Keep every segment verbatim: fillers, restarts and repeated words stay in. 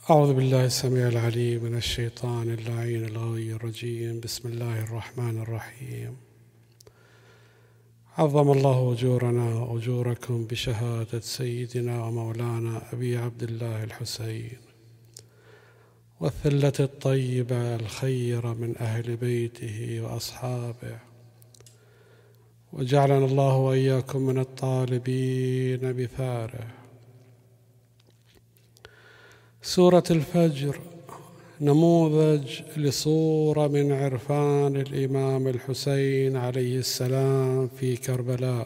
أعوذ بالله السميع العليم من الشيطان اللعين الغوي الرجيم. بسم الله الرحمن الرحيم. عظم الله أجورنا وأجوركم بشهادة سيدنا ومولانا أبي عبد الله الحسين والثلة الطيبة الخيرة من أهل بيته وأصحابه، وجعلنا الله وإياكم من الطالبين بثاره. سورة الفجر نموذج لصورة من عرفان الإمام الحسين عليه السلام في كربلاء.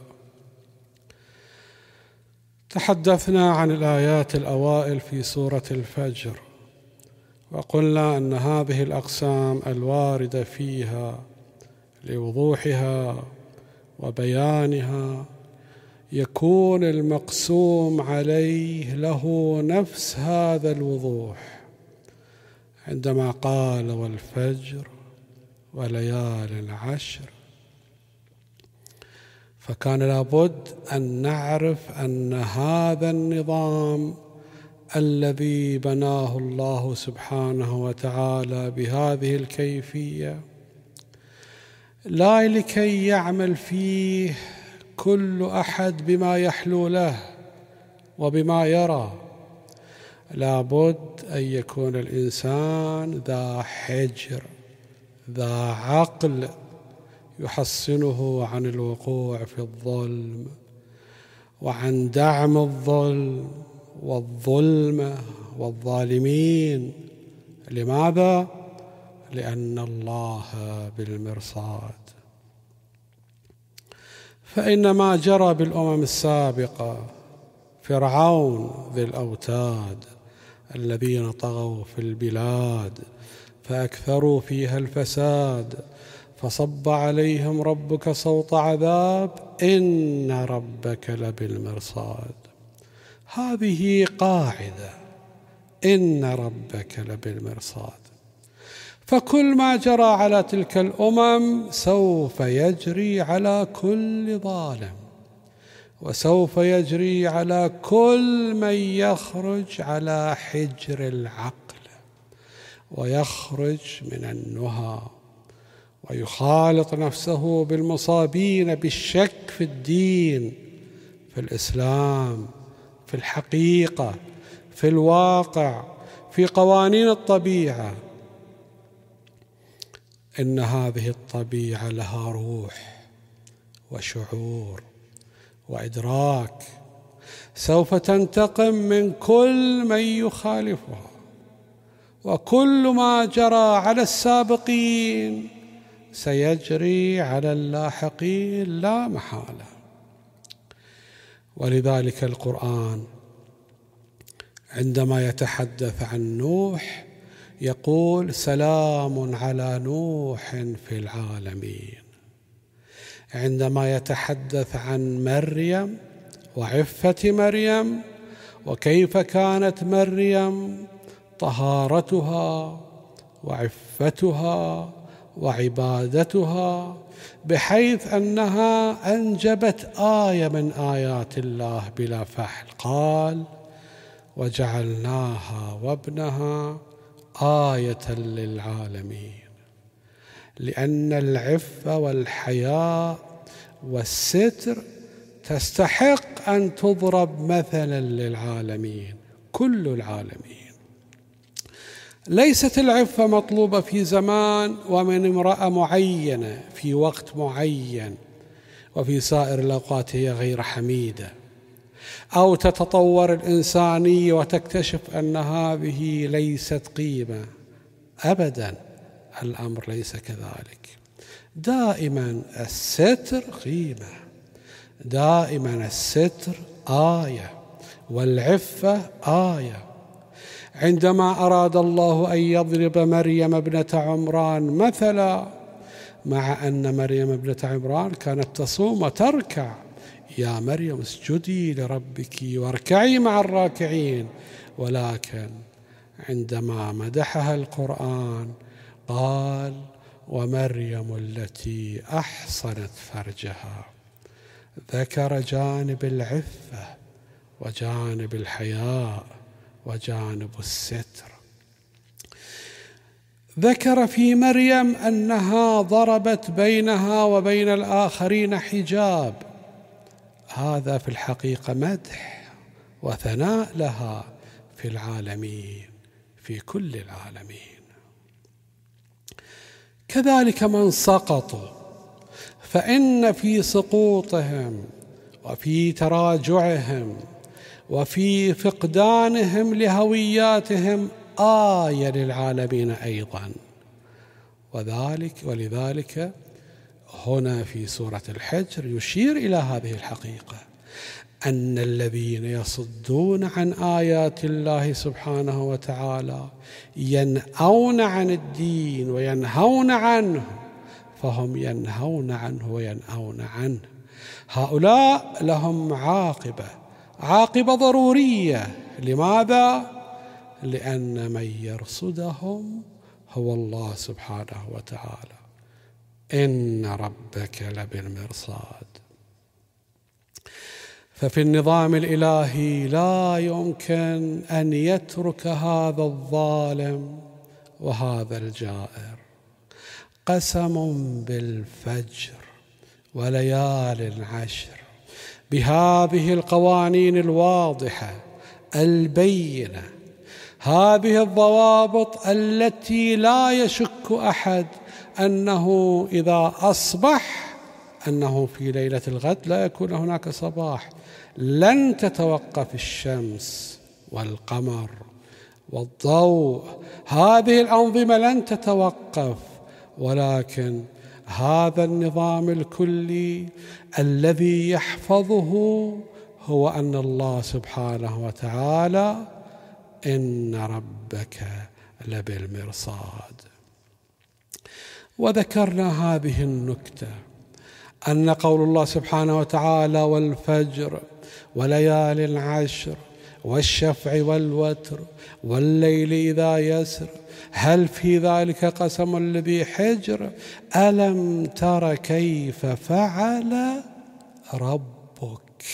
تحدثنا عن الآيات الأوائل في سورة الفجر، وقلنا أن هذه الأقسام الواردة فيها لوضوحها وبيانها يكون المقسوم عليه له نفس هذا الوضوح عندما قال والفجر وليال عشر. فكان لابد أن نعرف أن هذا النظام الذي بناه الله سبحانه وتعالى بهذه الكيفية لا لكي يعمل فيه كل أحد بما يحلو له وبما يرى، لابد أن يكون الإنسان ذا حجر ذا عقل يحصنه عن الوقوع في الظلم وعن دعم الظلم والظلمة والظالمين. لماذا؟ لأن الله بالمرصاد. فإن ما جرى بالأمم السابقة، فرعون ذي الأوتاد الذين طغوا في البلاد فأكثروا فيها الفساد فصب عليهم ربك صوت عذاب إن ربك لبالمرصاد. هذه قاعدة، إن ربك لبالمرصاد. فكل ما جرى على تلك الأمم سوف يجري على كل ظالم، وسوف يجري على كل من يخرج على حجر العقل ويخرج من النهى ويخالط نفسه بالمصابين بالشك في الدين، في الإسلام، في الحقيقة، في الواقع، في قوانين الطبيعة. إن هذه الطبيعة لها روح وشعور وإدراك، سوف تنتقم من كل من يخالفها، وكل ما جرى على السابقين سيجري على اللاحقين لا محالة. ولذلك القرآن عندما يتحدث عن نوح يقول سلام على نوح في العالمين. عندما يتحدث عن مريم وعفة مريم وكيف كانت مريم طهارتها وعفتها وعبادتها بحيث أنها أنجبت آية من آيات الله بلا فحل، قال وجعلناها وابنها آية للعالمين. لأن العفة والحياء والستر تستحق أن تضرب مثلا للعالمين، كل العالمين. ليست العفة مطلوبة في زمان ومن امرأة معينة في وقت معين، وفي سائر الأوقات هي غير حميدة، أو تتطور الإنسانية وتكتشف أن هذه ليست قيمة. أبدا، الأمر ليس كذلك. دائما الستر قيمة، دائما الستر آية، والعفة آية. عندما أراد الله أن يضرب مريم ابنة عمران مثلا، مع أن مريم ابنة عمران كانت تصوم وتركع، يا مريم اسجدي لربك واركعي مع الراكعين، ولكن عندما مدحها القرآن قال ومريم التي أحصنت فرجها. ذكر جانب العفة وجانب الحياء وجانب الستر. ذكر في مريم أنها ضربت بينها وبين الآخرين حجاب، هذا في الحقيقة مدح وثناء لها في العالمين، في كل العالمين. كذلك من سقطوا، فإن في سقوطهم وفي تراجعهم وفي فقدانهم لهوياتهم آية للعالمين أيضا. وذلك ولذلك هنا في سورة الحجر يشير إلى هذه الحقيقة، أن الذين يصدون عن آيات الله سبحانه وتعالى ينأون عن الدين وينهون عنه، فهم ينهون عنه وينأون عنه. هؤلاء لهم عاقبة، عاقبة ضرورية. لماذا؟ لأن من يرصدهم هو الله سبحانه وتعالى. إن ربك لبالمرصاد. ففي النظام الإلهي لا يمكن أن يترك هذا الظالم وهذا الجائر. قسم بالفجر وليال عشر، بهذه القوانين الواضحة البينة، هذه الضوابط التي لا يشك أحد أنه إذا أصبح أنه في ليلة الغد لا يكون هناك صباح. لن تتوقف الشمس والقمر والضوء، هذه الأنظمة لن تتوقف، ولكن هذا النظام الكلي الذي يحفظه هو أن الله سبحانه وتعالى إن ربك لبالمرصاد. وذكرنا هذه النكتة، أن قول الله سبحانه وتعالى والفجر وليال عشر والشفع والوتر والليل إذا يسر هل في ذلك قسم لذي حجر ألم تر كيف فعل ربك،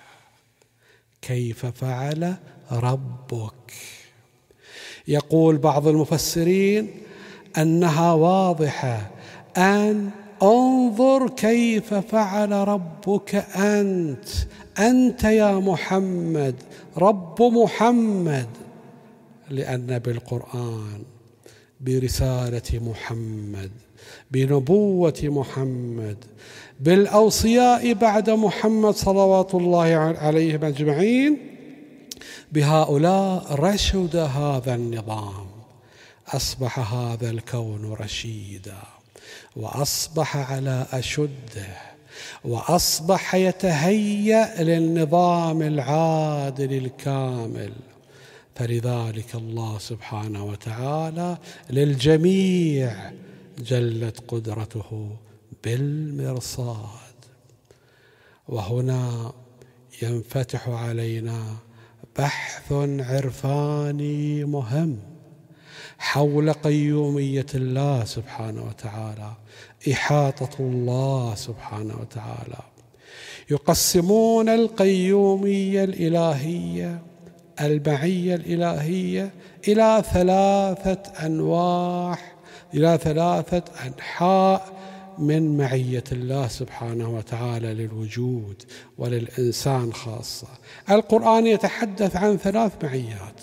كيف فعل ربك. يقول بعض المفسرين أنها واضحة، أن انظر كيف فعل ربك أنت، أنت يا محمد، رب محمد، لأن بالقرآن برسالة محمد بنبوة محمد بالأوصياء بعد محمد صلوات الله عليهم أجمعين، بهؤلاء رشد هذا النظام، أصبح هذا الكون رشيدا، وأصبح على أشده، وأصبح يتهيأ للنظام العادل الكامل. فلذلك الله سبحانه وتعالى للجميع جلت قدرته بالمرصاد. وهنا ينفتح علينا بحث عرفاني مهم حول قيومية الله سبحانه وتعالى، إحاطة الله سبحانه وتعالى. يقسمون القيومية الإلهية، المعية الإلهية، إلى ثلاثة أنواع، إلى ثلاثة أنحاء من معية الله سبحانه وتعالى للوجود وللإنسان خاصة. القرآن يتحدث عن ثلاث معيات.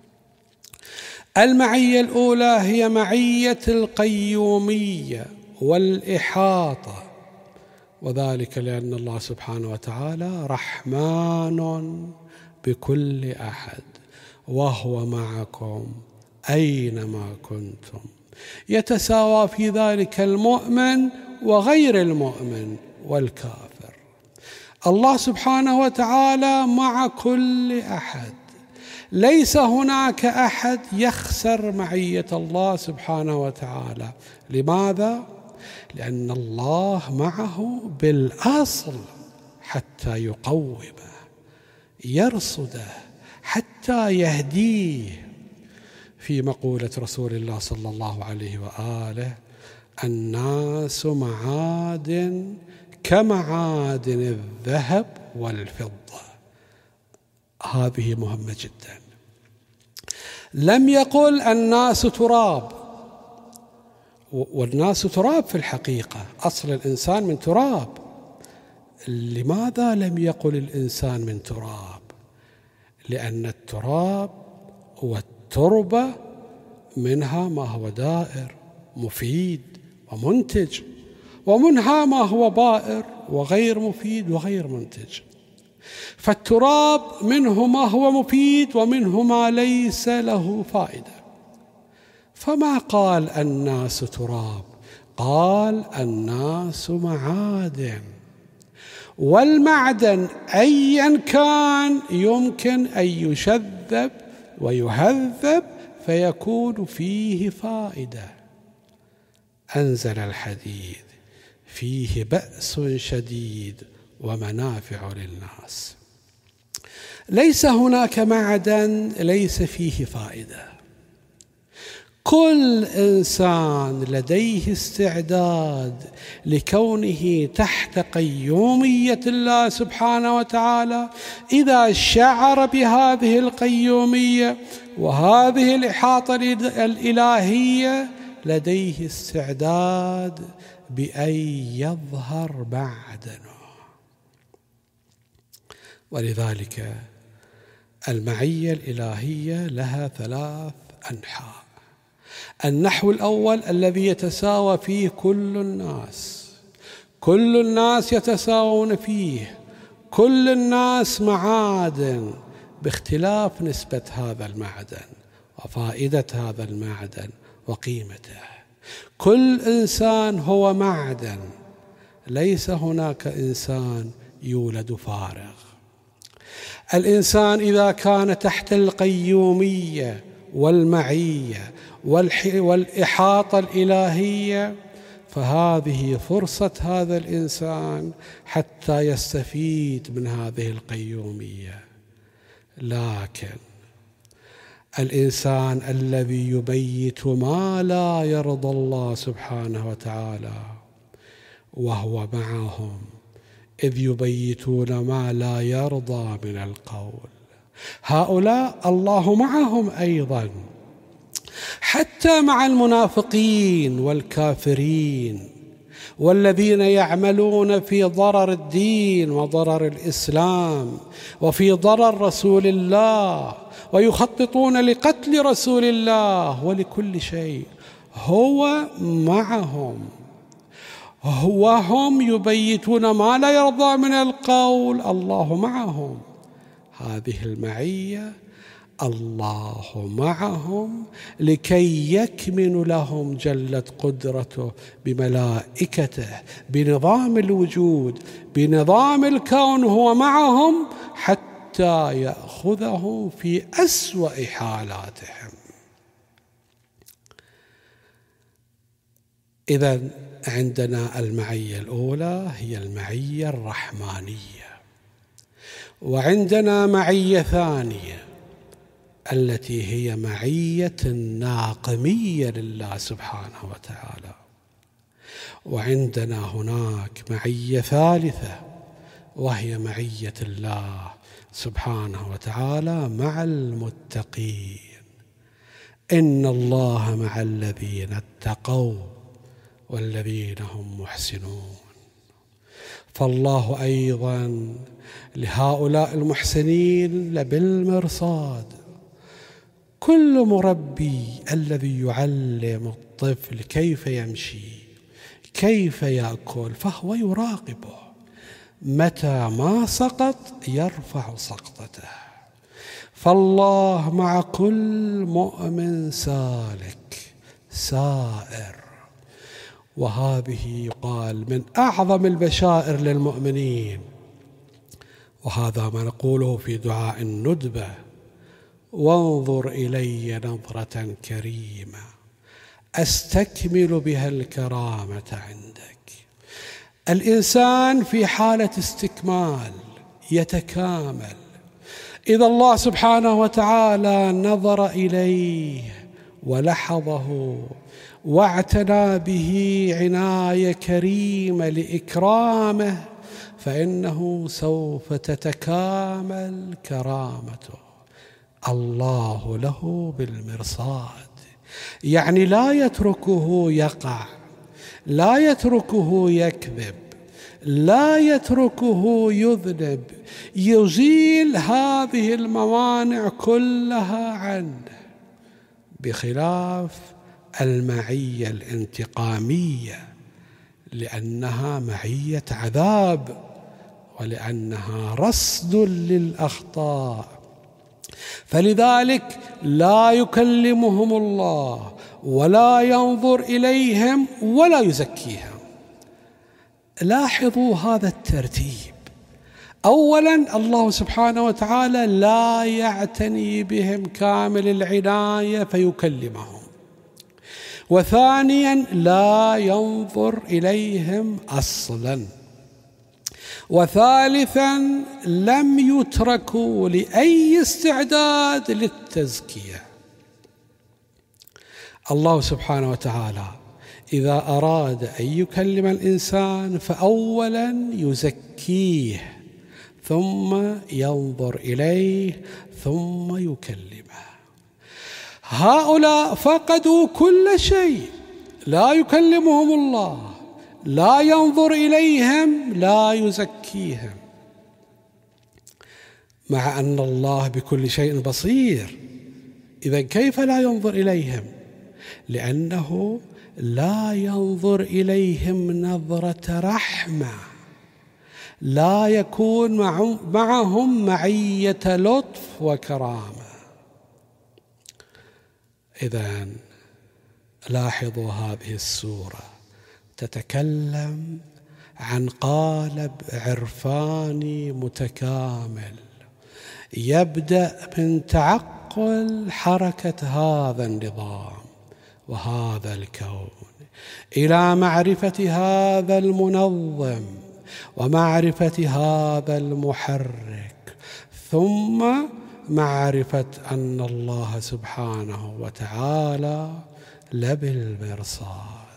المعية الأولى هي معية القيومية والإحاطة، وذلك لأن الله سبحانه وتعالى رحمن بكل أحد، وهو معكم أينما كنتم، يتساوى في ذلك المؤمن وغير المؤمن والكافر. الله سبحانه وتعالى مع كل أحد، ليس هناك أحد يخسر معية الله سبحانه وتعالى. لماذا؟ لأن الله معه بالأصل حتى يقومه، يرصده حتى يهديه. في مقولة رسول الله صلى الله عليه وآله: الناس معادن كمعادن الذهب والفضة. هذه مهمة جدا. لم يقل الناس تراب، والناس تراب في الحقيقة، أصل الإنسان من تراب. لماذا لم يقل الإنسان من تراب؟ لأن التراب والتربة منها ما هو دائر مفيد ومنتج، ومنها ما هو بائر وغير مفيد وغير منتج. فالتراب منه ما هو مفيد ومنه ما ليس له فائدة. فما قال الناس تراب، قال الناس معادن، والمعدن أيا كان يمكن أن يشذب ويهذب فيكون فيه فائدة. أنزل الحديد فيه بأس شديد ومنافع للناس. ليس هناك معدن ليس فيه فائدة. كل إنسان لديه استعداد لكونه تحت قيومية الله سبحانه وتعالى، إذا شعر بهذه القيومية وهذه الإحاطة الإلهية لديه استعداد بأن يظهر معدنه. ولذلك المعية الإلهية لها ثلاث أنحاء. النحو الأول الذي يتساوى فيه كل الناس، كل الناس يتساوون فيه، كل الناس معادن باختلاف نسبة هذا المعدن وفائدة هذا المعدن وقيمته. كل إنسان هو معدن، ليس هناك إنسان يولد فارغ. الإنسان إذا كان تحت القيومية والمعية والإحاطة الإلهية فهذه فرصة هذا الإنسان حتى يستفيد من هذه القيومية. لكن الإنسان الذي يبيت ما لا يرضى الله سبحانه وتعالى وهو معهم، إذ يبيتون ما لا يرضى من القول، هؤلاء الله معهم أيضا، حتى مع المنافقين والكافرين والذين يعملون في ضرر الدين وضرر الإسلام وفي ضرر رسول الله ويخططون لقتل رسول الله ولكل شيء، هو معهم وهم يبيتون ما لا يرضى من القول، الله معهم. هذه المعية الله معهم لكي يكمن لهم جلت قدرته بملائكته بنظام الوجود بنظام الكون، هو معهم حتى يأخذهم في أسوأ حالاتهم. إذن عندنا المعية الأولى هي المعية الرحمانية، وعندنا معية ثانية التي هي معية الناقمية لله سبحانه وتعالى، وعندنا هناك معية ثالثة وهي معية الله سبحانه وتعالى مع المتقين. إن الله مع الذين اتقوا والذين هم محسنون. فالله أيضا لهؤلاء المحسنين بالمرصاد. كل مربي الذي يعلم الطفل كيف يمشي كيف يأكل فهو يراقبه، متى ما سقط يرفع سقطته. فالله مع كل مؤمن سالك سائر، وهذه يقال من أعظم البشائر للمؤمنين، وهذا ما نقوله في دعاء الندبة: وانظر إلي نظرة كريمة أستكمل بها الكرامة عندك. الإنسان في حالة استكمال يتكامل إذا الله سبحانه وتعالى نظر إليه ولحظه واعتنى به عناية كريمة لإكرامه، فإنه سوف تتكامل كرامته. الله له بالمرصاد يعني لا يتركه يقع، لا يتركه يكذب، لا يتركه يذنب، يزيل هذه الموانع كلها عنه، بخلاف المعية الانتقامية، لأنها معية عذاب ولأنها رصد للأخطاء. فلذلك لا يكلمهم الله ولا ينظر إليهم ولا يزكيهم. لاحظوا هذا الترتيب. أولا الله سبحانه وتعالى لا يعتني بهم كامل العناية فيكلمهم، وثانيا لا ينظر إليهم أصلا، وثالثا لم يتركوا لأي استعداد للتزكية. الله سبحانه وتعالى إذا أراد أن يكلم الإنسان فأولا يزكيه ثم ينظر إليه ثم يكلمه. هؤلاء فقدوا كل شيء، لا يكلمهم الله، لا ينظر إليهم، لا يزكيهم، مع أن الله بكل شيء بصير. إذن كيف لا ينظر إليهم؟ لأنه لا ينظر إليهم نظرة رحمة، لا يكون معهم معية لطف وكرامة. إذن لاحظوا هذه السورة تتكلم عن قالب عرفاني متكامل، يبدأ من تعقل حركة هذا النظام وهذا الكون إلى معرفة هذا المنظم ومعرفة هذا المحرك، ثم معرفة أن الله سبحانه وتعالى لبالمرصاد.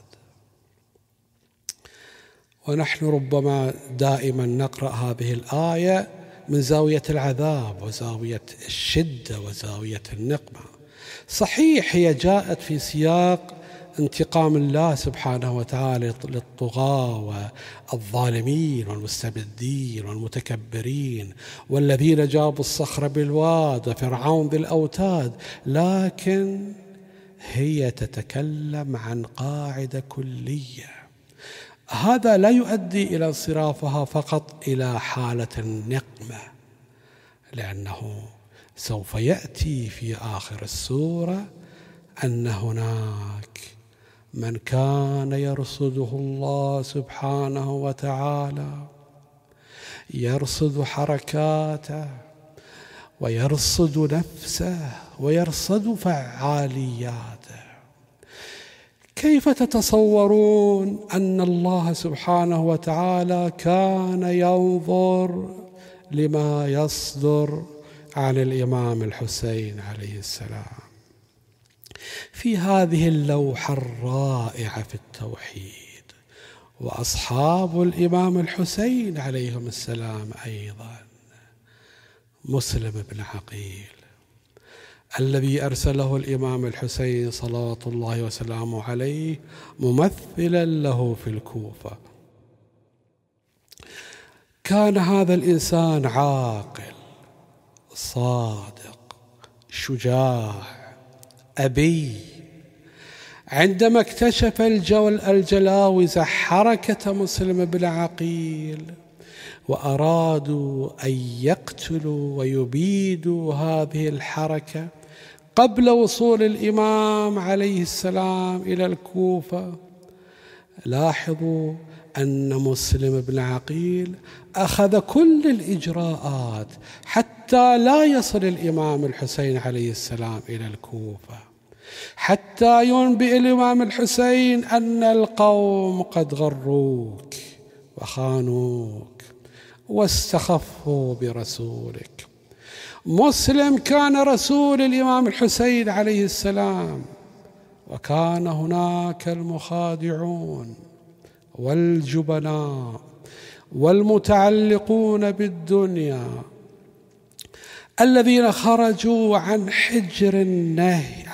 ونحن ربما دائما نقرأ هذه الآية من زاوية العذاب وزاوية الشدة وزاوية النقمة. صحيح هي جاءت في سياق انتقام الله سبحانه وتعالى للطغاة والظالمين والمستبدين والمتكبرين والذين جابوا الصخر بالواد وفرعون ذي الأوتاد، لكن هي تتكلم عن قاعدة كلية. هذا لا يؤدي إلى انصرافها فقط إلى حالة النقمة، لأنه سوف يأتي في آخر السورة أن هناك من كان يرصده الله سبحانه وتعالى، يرصد حركاته ويرصد نفسه ويرصد فعالياته. كيف تتصورون أن الله سبحانه وتعالى كان ينظر لما يصدر عن الإمام الحسين عليه السلام في هذه اللوحة الرائعة في التوحيد، وأصحاب الإمام الحسين عليهم السلام أيضا؟ مسلم بن عقيل الذي أرسله الإمام الحسين صلوات الله وسلامه عليه ممثلا له في الكوفة. كان هذا الإنسان عاقل صادق شجاع أبي. عندما اكتشف الجول الجلاوزة حركة مسلم بن عقيل وأرادوا أن يقتلوا ويبيدوا هذه الحركة قبل وصول الإمام عليه السلام إلى الكوفة، لاحظوا أن مسلم بن عقيل أخذ كل الإجراءات حتى لا يصل الإمام الحسين عليه السلام إلى الكوفة، حتى ينبئ الإمام الحسين أن القوم قد غروك وخانوك واستخفوا برسولك. مسلم كان رسول الإمام الحسين عليه السلام، وكان هناك المخادعون والجبناء والمتعلقون بالدنيا الذين خرجوا عن حجر النهي عن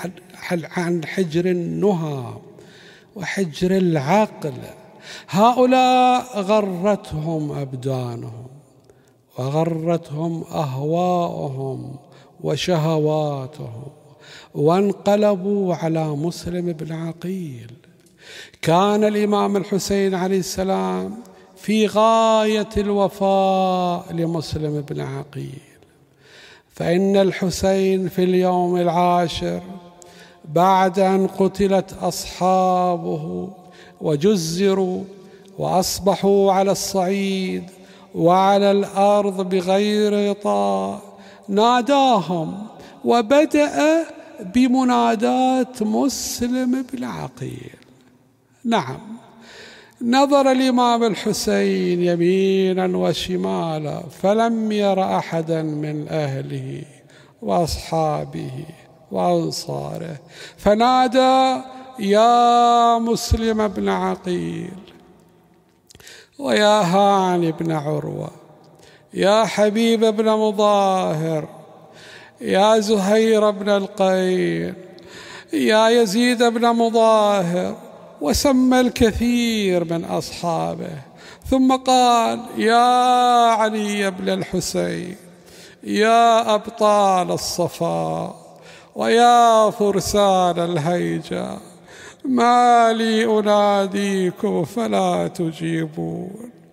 عن حجر النهى وحجر العقل. هؤلاء غرتهم أبدانهم وغرتهم أهواؤهم وشهواتهم وانقلبوا على مسلم بن عقيل. كان الإمام الحسين عليه السلام في غاية الوفاء لمسلم بن عقيل، فإن الحسين في اليوم العاشر بعد أن قتلت أصحابه وجزروا وأصبحوا على الصعيد وعلى الأرض بغير غطاء، ناداهم وبدأ بمنادات مسلم بن عقيل. نعم، نظر الإمام الحسين يمينا وشمالا فلم ير أحدا من أهله وأصحابه وأنصاره، فنادى يا مسلم بن عقيل، ويا هاني بن عروة، يا حبيب بن مظاهر، يا زهير بن القين، يا يزيد بن مظاهر، وسمى الكثير من أصحابه، ثم قال يا علي بن الحسين، يا أبطال الصفا، ويا فرسان الهيجا، ما لي أناديكم فلا تجيبون،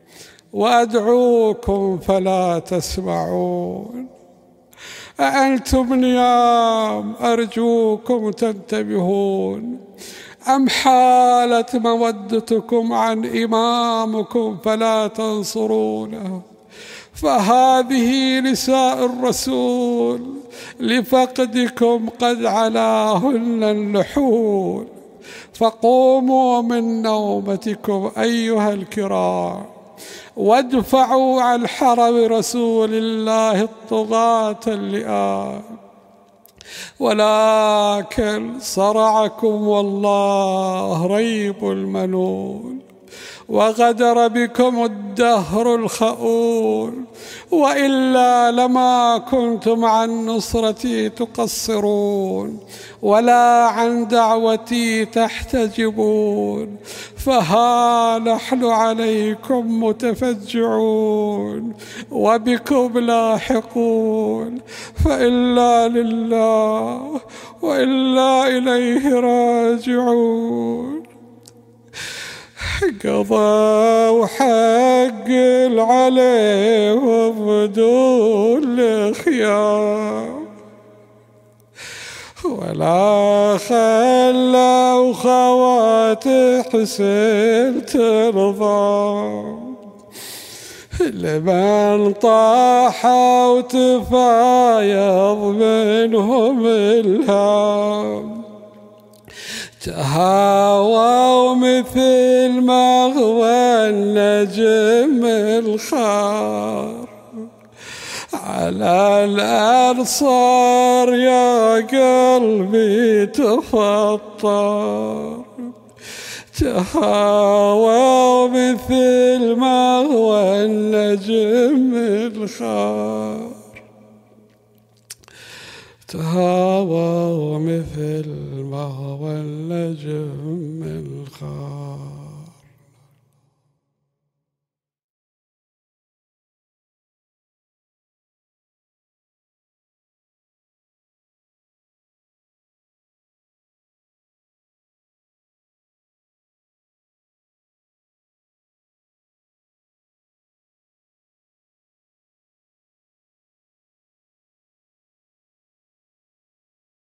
وأدعوكم فلا تسمعون، أأنتم نيام أرجوكم تنتبهون، أم حالت مودتكم عن إمامكم فلا تنصرونه، فهذه نساء الرسول لفقدكم قد علاهن اللحون، فقوموا من نومتكم أيها الكرام، وادفعوا عن حرم رسول الله الطغاة اللئام، ولكن صرعكم والله ريب المنون، وغدر بكم الدهر الخؤون، وإلا لما كنتم عن نصرتي تقصرون ولا عن دعوتي تحتجبون، فها نحن عليكم متفجعون وبكم لاحقون، فإلا لله وإلا إليه راجعون. قضوا حق عليهم بدون الخيام، ولا خلوا خوات حسين ترضى، لمن طاح وتفايض منهم الهام، تهاووا مثل مغوى النجم الخار على الأنصار، يا قلبي تفطر، تهاووا مثل مغوى النجم الخار، تهاووا مثل مغوى النجم الخار.